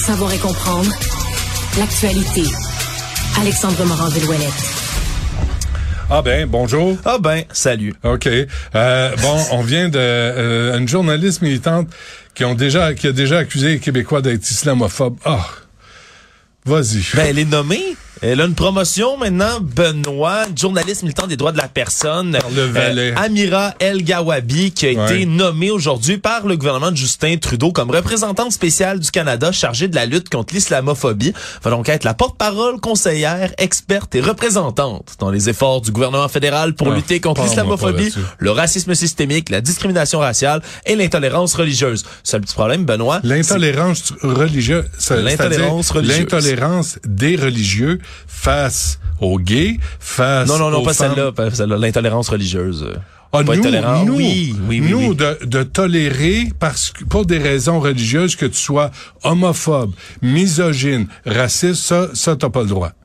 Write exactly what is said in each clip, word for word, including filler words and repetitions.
Savoir et comprendre l'actualité. Alexandre Morin-Villouellette. Ah ben, bonjour. Ah ben, salut. OK. Euh, bon, on vient de euh, une journaliste militante qui ont déjà qui a déjà accusé les Québécois d'être islamophobes. Ah. Oh. Vas-y. Ben, elle est nommée. Elle a une promotion maintenant, Benoît, journaliste militant des droits de la personne. Par le valet. Euh, Amira El Gawabi, qui a ouais. été nommée aujourd'hui par le gouvernement de Justin Trudeau comme représentante spéciale du Canada chargée de la lutte contre l'islamophobie. Va donc être la porte-parole, conseillère, experte et représentante dans les efforts du gouvernement fédéral pour ah, lutter contre l'islamophobie, le racisme systémique, la discrimination raciale et l'intolérance religieuse. Seul petit problème, Benoît. L'intolérance religieuse. L'intolérance religieuse. L'intolérance des religieux face aux gays, face non non non aux pas femmes. celle-là, pas celle-là, l'intolérance religieuse. Ah, nous, nous, oui, oui, oui, nous oui. De, de tolérer parce que pour des raisons religieuses que tu sois homophobe, misogyne, raciste, ça, ça t'as pas le droit.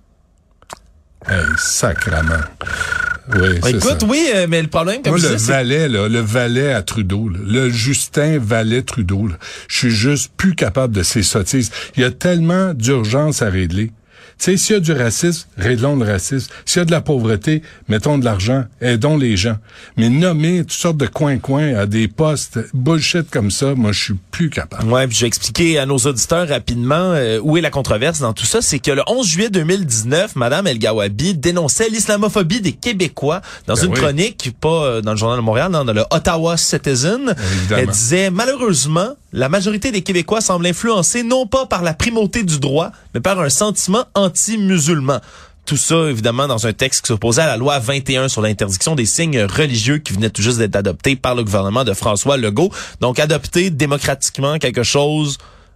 Hey, sacrement. Oui, c'est Écoute, ça. oui, euh, mais le problème, comme Moi, je le disais, valet, là, le valet à Trudeau, là, le Justin Valet Trudeau, là, je suis juste plus capable de ces sottises. Il y a tellement d'urgence à régler. Tu sais, s'il y a du racisme, réglons le racisme. S'il y a de la pauvreté, mettons de l'argent, aidons les gens. Mais nommer toutes sortes de coins-coins à des postes bullshit comme ça, moi, je suis plus capable. Ouais, puis je vais expliquer à nos auditeurs rapidement euh, où est la controverse dans tout ça. C'est que le onze juillet deux mille dix-neuf, Madame El Gawabi dénonçait l'islamophobie des Québécois dans ben une oui. chronique, pas euh, dans le Journal de Montréal, dans le Ottawa Citizen. Évidemment. Elle disait, malheureusement, la majorité des Québécois semble influencée non pas par la primauté du droit, mais par un sentiment anti-musulman. Tout ça, évidemment, dans un texte qui s'opposait à la loi vingt et un sur l'interdiction des signes religieux qui venait tout juste d'être adopté par le gouvernement de François Legault. Donc, adopter démocratiquement quelque chose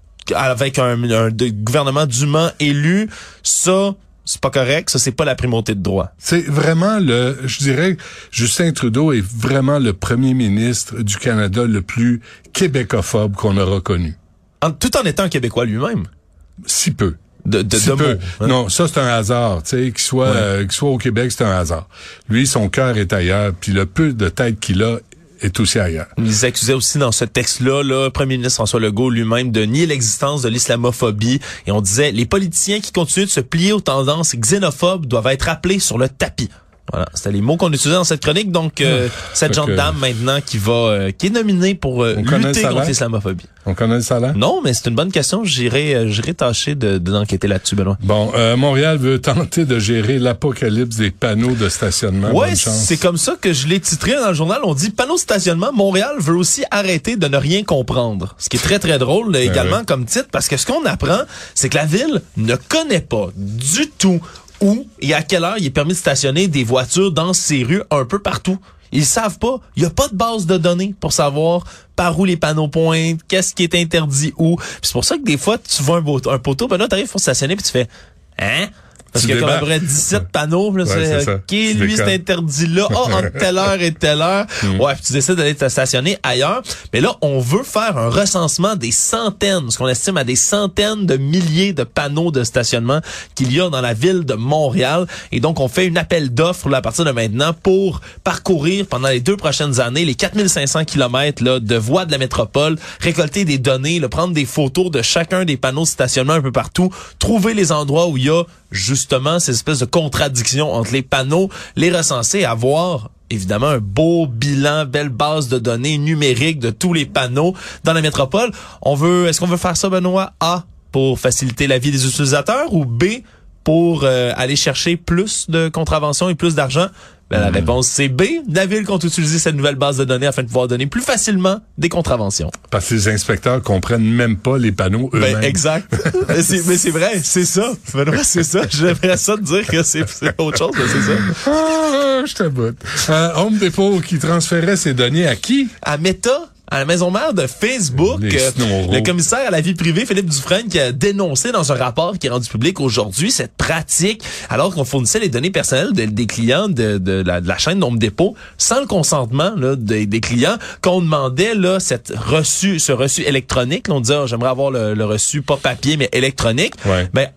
avec un, un gouvernement dûment élu, ça... c'est pas correct, ça c'est pas la primauté de droit. C'est vraiment le, je dirais, Justin Trudeau est vraiment le premier ministre du Canada le plus québécophobe qu'on aura connu. En, tout en étant un Québécois lui-même. Si peu. De, de, si de peu. mots, hein? Non, ça c'est un hasard, tu sais, qu'il soit, ouais. euh, qu'il soit au Québec, c'est un hasard. Lui, son cœur est ailleurs, puis le peu de tête qu'il a est aussi ailleurs. Ils accusaient aussi dans ce texte-là, le premier ministre François Legault lui-même de nier l'existence de l'islamophobie. Et on disait, les politiciens qui continuent de se plier aux tendances xénophobes doivent être appelés sur le tapis. Voilà, c'était les mots qu'on utilisait dans cette chronique. Donc, euh, cette jeune dame maintenant qui va, euh, qui est nominée pour euh, lutter contre l'islamophobie. On connaît le salaire? Non, mais c'est une bonne question. J'irai, euh, j'irai tâcher de, de d'enquêter là-dessus, Benoît. Bon, euh, Montréal veut tenter de gérer l'apocalypse des panneaux de stationnement. Ouais, c'est comme ça que je l'ai titré dans le journal. On dit panneau de stationnement. Montréal veut aussi arrêter de ne rien comprendre. Ce qui est très très drôle là, également ouais. comme titre, parce que ce qu'on apprend, c'est que la ville ne connaît pas du tout où et à quelle heure il est permis de stationner des voitures dans ces rues un peu partout. Ils savent pas. Il y a pas de base de données pour savoir par où les panneaux pointent, qu'est-ce qui est interdit où. Puis c'est pour ça que des fois, tu vois un, beau, un poteau, ben là, t'arrives pour stationner puis tu fais « Hein? » Parce qu'il y a comme à peu près dix-sept panneaux, là, ouais, c'est, OK, lui, c'est interdit là. Oh, entre telle heure et telle heure. Mm. Ouais, puis tu décides d'aller te stationner ailleurs. Mais là, on veut faire un recensement des centaines, ce qu'on estime à des centaines de milliers de panneaux de stationnement qu'il y a dans la ville de Montréal. Et donc, on fait une appel d'offres, là, à partir de maintenant, pour parcourir pendant les deux prochaines années les quatre mille cinq cents kilomètres, là, de voies de la métropole, récolter des données, là, prendre des photos de chacun des panneaux de stationnement un peu partout, trouver les endroits où il y a, justement, ces espèces de contradictions entre les panneaux, les recenser, avoir évidemment un beau bilan, belle base de données numériques de tous les panneaux dans la métropole. On veut, est-ce qu'on veut faire ça, Benoît? A, pour faciliter la vie des utilisateurs, ou B, pour euh, aller chercher plus de contraventions et plus d'argent? Ben, la réponse, c'est B. La ville compte utiliser cette nouvelle base de données afin de pouvoir donner plus facilement des contraventions. Parce que les inspecteurs comprennent même pas les panneaux eux-mêmes. Ben, exact. mais, c'est, mais c'est vrai, c'est ça. Benoît, c'est ça. J'aimerais ça te dire que c'est, c'est autre chose, mais c'est ça. Ah, je t'aboute. Euh, Home Depot qui transférait ses données à qui? À Meta. À la maison mère de Facebook, euh, le commissaire à la vie privée, Philippe Dufresne, qui a dénoncé dans un rapport qui est rendu public aujourd'hui cette pratique, alors qu'on fournissait les données personnelles de, des clients de, de, la, de la chaîne Home Depot sans le consentement là, des, des clients, qu'on demandait là cette reçu, ce reçu électronique. Là, on disait, oh, j'aimerais avoir le, le reçu pas papier mais électronique. Ouais. Ben hop.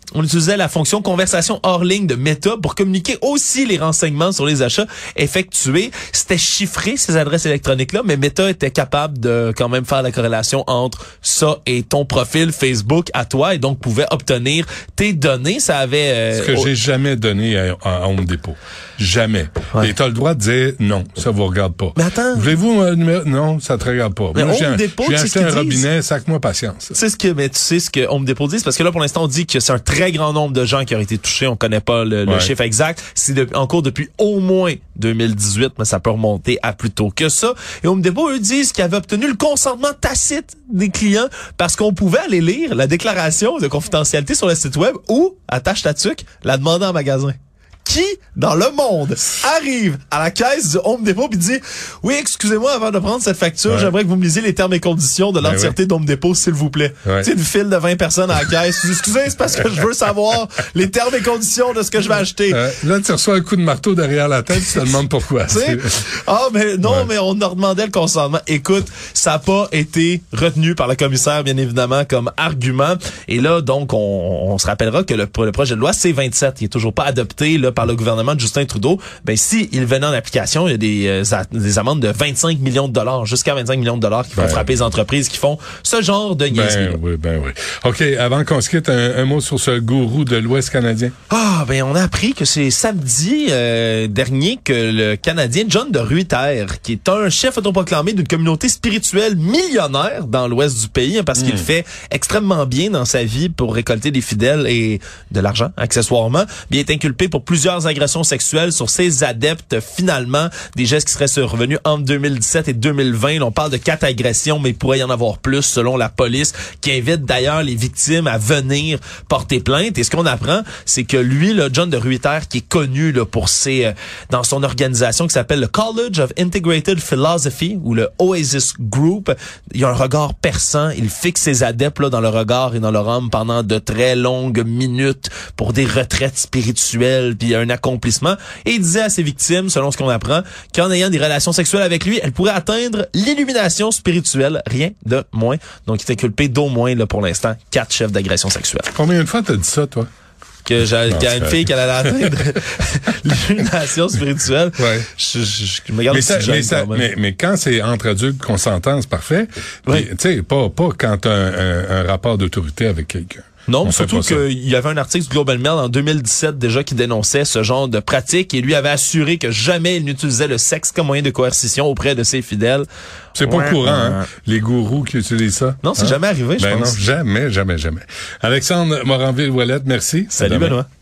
on utilisait la fonction conversation hors ligne de Meta pour communiquer aussi les renseignements sur les achats effectués. C'était chiffré, ces adresses électroniques-là, mais Meta était capable de quand même faire la corrélation entre ça et ton profil Facebook à toi, et donc pouvait obtenir tes données. Ça avait... Euh, Ce que au... j'ai jamais donné à, à Home Depot. Jamais. Ouais. Et t'as le droit de dire non, ça vous regarde pas. Mais attends. Voulez-vous un numéro? Non, ça te regarde pas. Mais Moi, Home j'ai, Depot, j'ai tu sais acheté ce un qu'ils robinet, sac-moi patience. Tu sais ce que, mais tu sais ce que Home Depot dit, parce que là, pour l'instant, on dit que c'est un très grand nombre de gens qui ont été touchés. On connaît pas le, le ouais. chiffre exact. C'est de, en cours depuis au moins deux mille dix-huit, mais ça peut remonter à plus tôt que ça. Et Home Depot, eux, disent qu'ils avaient obtenu le consentement tacite des clients parce qu'on pouvait aller lire la déclaration de confidentialité sur le site web ou, attache ta tuque, la demander en magasin. Qui, dans le monde, arrive à la caisse du Home Depot et dit « Oui, excusez-moi, avant de prendre cette facture, ouais. j'aimerais que vous me lisiez les termes et conditions de l'entièreté ben ouais. d'Home Depot, s'il vous plaît. Ouais. » Tu sais, une file de vingt personnes à la caisse. « Excusez, c'est parce que je veux savoir les termes et conditions de ce que je vais acheter. Euh, » Là, tu reçois un coup de marteau derrière la tête, tu te demandes pourquoi. Ah, mais non, ouais. mais on leur demandait le consentement. Écoute, ça n'a pas été retenu par le commissaire, bien évidemment, comme argument. Et là, donc, on, on se rappellera que le, le projet de loi C vingt-sept, il est toujours pas adopté là par le gouvernement de Justin Trudeau. Ben si il venait en application, il y a des, euh, des amendes de vingt-cinq millions de dollars, jusqu'à vingt-cinq millions de dollars qui vont ben, frapper les entreprises qui font ce genre de niaiserie. Ben oui, ben oui. OK, avant qu'on se quitte, un, un mot sur ce gourou de l'Ouest canadien. Ah, ben on a appris que c'est samedi euh, dernier que le Canadien John de Ruyter, qui est un chef autoproclamé d'une communauté spirituelle millionnaire dans l'Ouest du pays, hein, parce mmh. qu'il fait extrêmement bien dans sa vie pour récolter des fidèles et de l'argent, accessoirement, bien est inculpé pour plusieurs agressions sexuelles sur ses adeptes, finalement, des gestes qui seraient survenus entre deux mille dix-sept et deux mille vingt. Là, on parle de quatre agressions, mais il pourrait y en avoir plus selon la police, qui invite d'ailleurs les victimes à venir porter plainte. Et ce qu'on apprend, c'est que lui, là, John de Ruyter, qui est connu là, pour ses, euh, dans son organisation qui s'appelle le College of Integrated Philosophy, ou le Oasis Group, il a un regard perçant, il fixe ses adeptes là, dans le regard et dans leur âme pendant de très longues minutes pour des retraites spirituelles, puis un accomplissement. Et il disait à ses victimes, selon ce qu'on apprend, qu'en ayant des relations sexuelles avec lui, elles pourraient atteindre l'illumination spirituelle, rien de moins. Donc, il est inculpé d'au moins, là, pour l'instant, quatre chefs d'agression sexuelle. Combien de fois t'as dit ça, toi? Que j'ai qu'il y a une fille qui allait atteindre l'illumination spirituelle. Ouais. Je, je, je me garde mais, ça, mais, ça, quand même. mais, mais quand c'est entre adultes consentants, c'est parfait. Oui. Tu sais, pas, pas quand t'as un, un, un rapport d'autorité avec quelqu'un. Non, on surtout qu'il y avait un article du Global Mail en deux mille dix-sept déjà qui dénonçait ce genre de pratique et lui avait assuré que jamais il n'utilisait le sexe comme moyen de coercition auprès de ses fidèles. C'est pas ouais, courant, hein, les gourous qui utilisent ça. Non, c'est hein? jamais arrivé, je ben pense. Non, jamais, jamais, jamais. Alexandre Moranville-Ouellette, merci. Salut, Benoît.